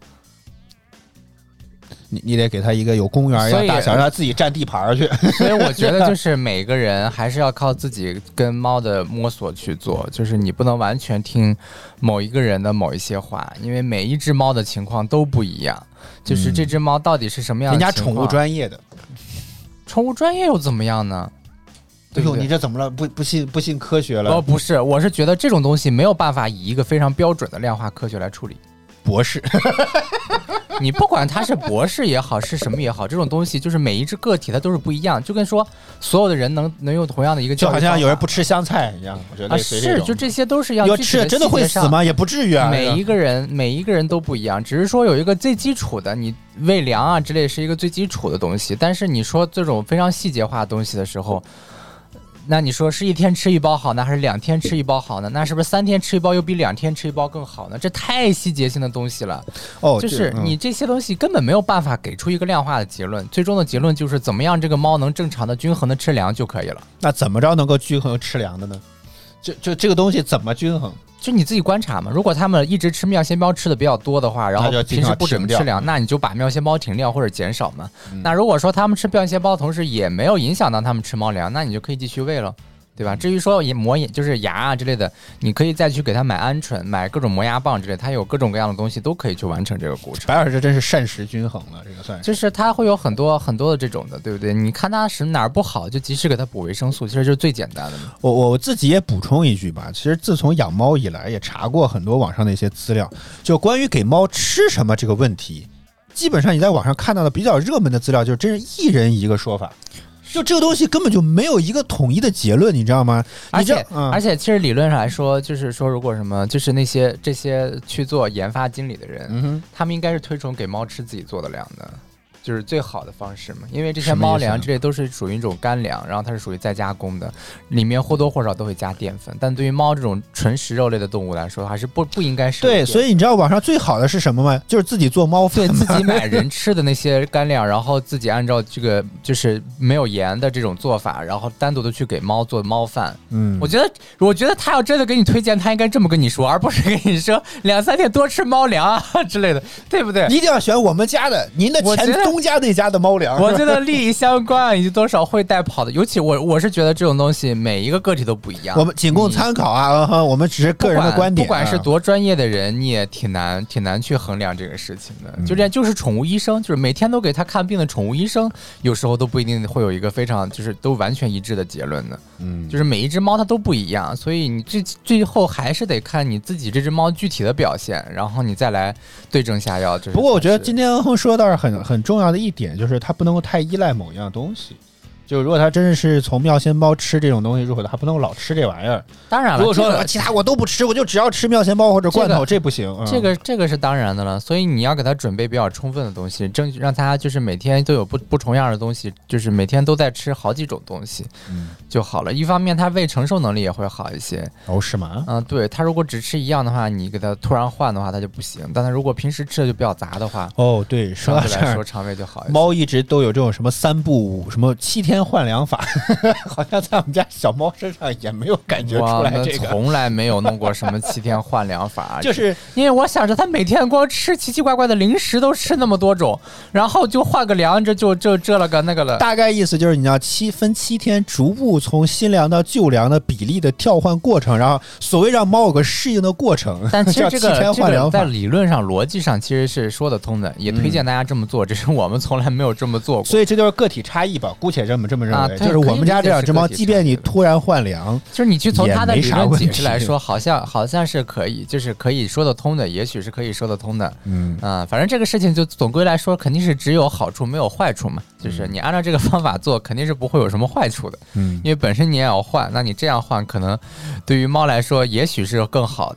你你得给他一个有公园一样大小，让他自己占地盘去。 所以我觉得就是每个人还是要靠自己跟猫的摸索去做，就是你不能完全听某一个人的某一些话，因为每一只猫的情况都不一样。就是这只猫到底是什么样的情况？ 人家宠物专业的， 宠物专业又怎么样呢？ 哎呦，你这怎么了？不不信不信科学了？ 哦，不是，我是觉得这种东西没有办法以一个非常标准的量化科学来处理。 博士， 你不管他是博士也好，是什么也好，这种东西就是每一只个体它都是不一样，就跟说所有的人能能用同样的一个教育， 就好像有人不吃香菜一样，我觉得啊是，就这些都是要有吃真的会死吗？也不至于啊。 每一个人每一个人都不一样，只是说有一个最基础的，你喂粮啊之类是一个最基础的东西，但是你说这种非常细节化的东西的时候。那你说是一天吃一包好呢，还是两天吃一包好呢？那是不是三天吃一包又比两天吃一包更好呢？这太细节性的东西了。 哦， 就是你这些东西根本没有办法给出一个量化的结论。最终的结论就是怎么样这个猫能正常的均衡的吃粮就可以了。 那怎么着能够均衡吃粮的呢？就就这个东西怎么均衡？ 就你自己观察嘛。如果他们一直吃妙鲜包吃的比较多的话，然后平时不怎么吃粮，那你就把妙鲜包停掉或者减少嘛。嗯、那如果说他们吃妙鲜包的同时也没有影响到他们吃猫粮，那你就可以继续喂了。对吧？至于说磨牙就是牙啊之类的，你可以再去给他买鹌鹑，买各种磨牙棒之类的，它有各种各样的东西都可以去完成这个过程。 白老师真是膳食均衡了，这个算是。 就是它会有很多很多的这种的，对不对？你看它是哪儿不好，就及时给它补维生素，其实就是最简单的嘛。 我我自己也补充一句吧，其实自从养猫以来，也查过很多网上的一些资料，就关于给猫吃什么这个问题，基本上你在网上看到的比较热门的资料，就是真是一人一个说法。就这个东西根本就没有一个统一的结论，你知道吗？ 而且、嗯、而且其实理论上来说，就是说如果什么，就是那些这些去做研发经理的人，嗯、他们应该是推崇给猫吃自己做的粮的。就是最好的方式嘛，因为这些猫粮之类都是属于一种干粮，然后它是属于再加工的，里面或多或少都会加淀粉。但对于猫这种纯食肉类的动物来说，还是不不应该是。 对，所以你知道网上最好的是什么吗？就是自己做猫饭， 对，自己买人吃的那些干粮，然后自己按照这个就是没有盐的这种做法，然后单独的去给猫做猫饭。嗯，我觉得，我觉得他要真的给你推荐，他应该这么跟你说，而不是跟你说两三天多吃猫粮啊之类的，对不对？ 一定要选我们家的，您的前东家那家的猫粮。 我觉得利益相关以及多少会带跑的，尤其我我是觉得这种东西每一个个体都不一样， 我们仅供参考啊，嗯、我们只是个人的观点、啊。 不管是多专业的人，你也挺难挺难去衡量这个事情的。嗯、就这样，就是宠物医生，就是每天都给他看病的宠物医生，有时候都不一定会有一个非常就是都完全一致的结论的。嗯，就是每一只猫它都不一样，所以你最最后还是得看你自己这只猫具体的表现，然后你再来对症下药。 不过我觉得今天恩亨说到是很很重要的一点，就是它不能够太依赖某一样东西。就如果他真是从妙鲜包吃这种东西入口的，他不能老吃这玩意儿。 当然了， 如果说、 这个、 其他我都不吃，我就只要吃妙鲜包或者罐头，这, 个、这不行。嗯、 这个这个是当然的了，所以你要给他准备比较充分的东西，争取让他就是每天都有不不重样的东西，就是每天都在吃好几种东西，嗯，就好了。一方面他胃承受能力也会好一些。 哦，是吗？ 嗯，对他如果只吃一样的话，你给他突然换的话，他就不行。但他如果平时吃的就比较杂的话， 哦，对， 相对来说肠胃就好一些。 猫一直都有这种什么三不五、什么七天换粮法。好像在我们家小猫身上也没有感觉出来这个， 从来没有弄过什么七天换粮法， 就是因为我想着它每天光吃奇奇怪怪的零食都吃那么多种，然后就换个粮，这就这这了个那个了。 大概意思就是你要七分七天，逐步从新粮到旧粮的比例的调换过程，然后所谓让猫有个适应的过程。 但其实这个这个在理论上、逻辑上其实是说得通的，也推荐大家这么做，只是我们从来没有这么做过。 所以这就是个体差异吧，姑且这么这么认为，啊、就是我们家这两只猫，即便你突然换粮， 就是你去从它的理论解释来说，好像好像是可以，就是可以说得通的，也许是可以说得通的。嗯啊、呃，反正这个事情就总归来说，肯定是只有好处没有坏处嘛。就是你按照这个方法做，肯定是不会有什么坏处的。嗯，因为本身你也要换，那你这样换，可能对于猫来说，也许是更好的。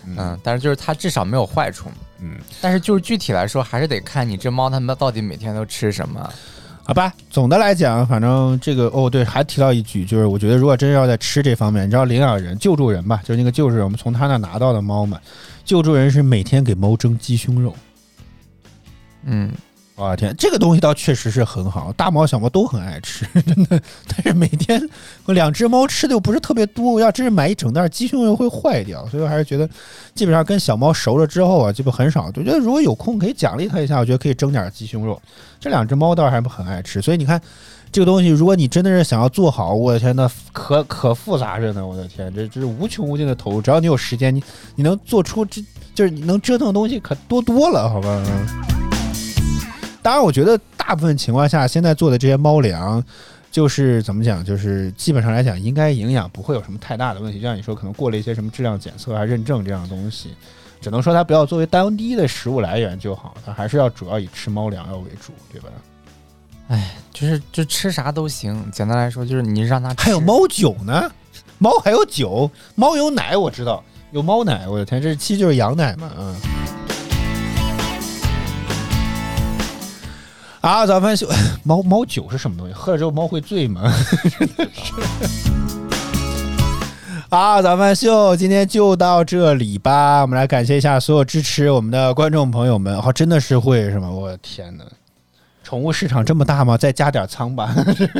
嗯，嗯但是就是它至少没有坏处。 嗯， 但是就是具体来说，还是得看你这猫它们到底每天都吃什么。 好吧，总的来讲，反正这个哦，对，还提到一句，就是我觉得如果真要在吃这方面，你知道领养人、救助人吧，就是那个救助人，我们从他那拿到的猫们，救助人是每天给猫蒸鸡胸肉。 嗯， 我、哦、天，这个东西倒确实是很好，大猫小猫都很爱吃，真的。但是每天两只猫吃的又不是特别多，我要真是买一整袋鸡胸肉会坏掉，所以我还是觉得基本上跟小猫熟了之后啊，基本很少。我觉得如果有空可以奖励它一下，我觉得可以蒸点鸡胸肉。这两只猫倒是还很爱吃，所以你看这个东西，如果你真的是想要做好，我的天，那可可复杂着呢，我的天，这这是无穷无尽的投入，只要你有时间，你你能做出这就是你能折腾的东西可多多了，好吧？当然，我觉得大部分情况下，现在做的这些猫粮，就是怎么讲，就是基本上来讲，应该营养不会有什么太大的问题。就像你说，可能过了一些什么质量检测啊、认证这样的东西，只能说它不要作为单一的食物来源就好，它还是要主要以吃猫粮要为主，对吧？ 哎，就是就吃啥都行。简单来说，就是你让它吃。 还有猫酒呢，猫还有酒，猫有奶，我知道有猫奶，我的天，这期就是羊奶嘛，嗯。啊，早饭秀，猫猫酒是什么东西？喝了之后猫会醉吗？真的是。啊，早饭秀今天就到这里吧。我们来感谢一下所有支持我们的观众朋友们。哦，真的是会是吗？我的天哪！宠物市场这么大吗？再加点仓吧。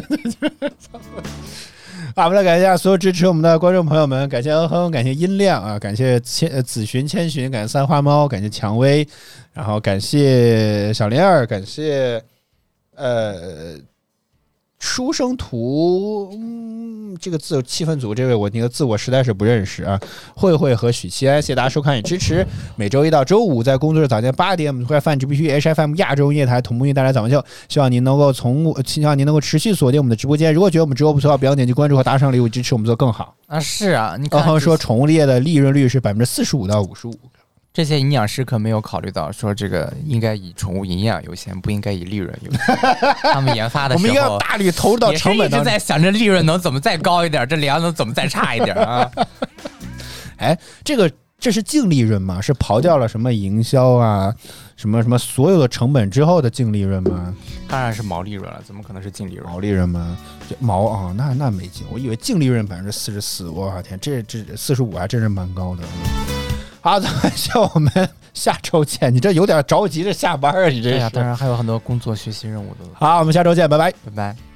啊，我们来感谢一下所有支持我们的观众朋友们，感谢恩亨，感谢音量啊，感谢千紫寻千寻，感谢三花猫，感谢蔷薇，然后感谢小莲儿，感谢呃书生图，嗯，这个字气氛组这位我那个字我实在是不认识啊。慧慧和许七安，谢谢大家收看与支持。每周一到周五在工作日早间八点，我们会在泛指必须 H F M 亚洲音乐台同步为大家早上秀。希望您能够从希望您能够持续锁定我们的直播间。如果觉得我们直播不错，不要点击关注和打赏礼物支持我们做更好啊。是啊，你刚刚说宠物业的利润率是百分之四十五到五十五。 这些营养师可没有考虑到，说这个应该以宠物营养优先，不应该以利润优先。他们研发的时候， 我们应该要大力投入到成本当中， 也是一直在想着利润能怎么再高一点，这粮能怎么再差一点啊？ 哎，这个这是净利润吗？是刨掉了什么营销啊，什么什么所有的成本之后的净利润吗？ 当然是毛利润了，怎么可能是净利润？ 毛利润吗？毛啊、哦，那那没净，我以为净利润百分之四十四，我天，这这四十五还真是蛮高的。好，咱们像我们下周见。你这有点着急着下班啊，你这是。 对呀、啊，当然还有很多工作学习任务的。 好，我们下周见，拜拜， 拜拜。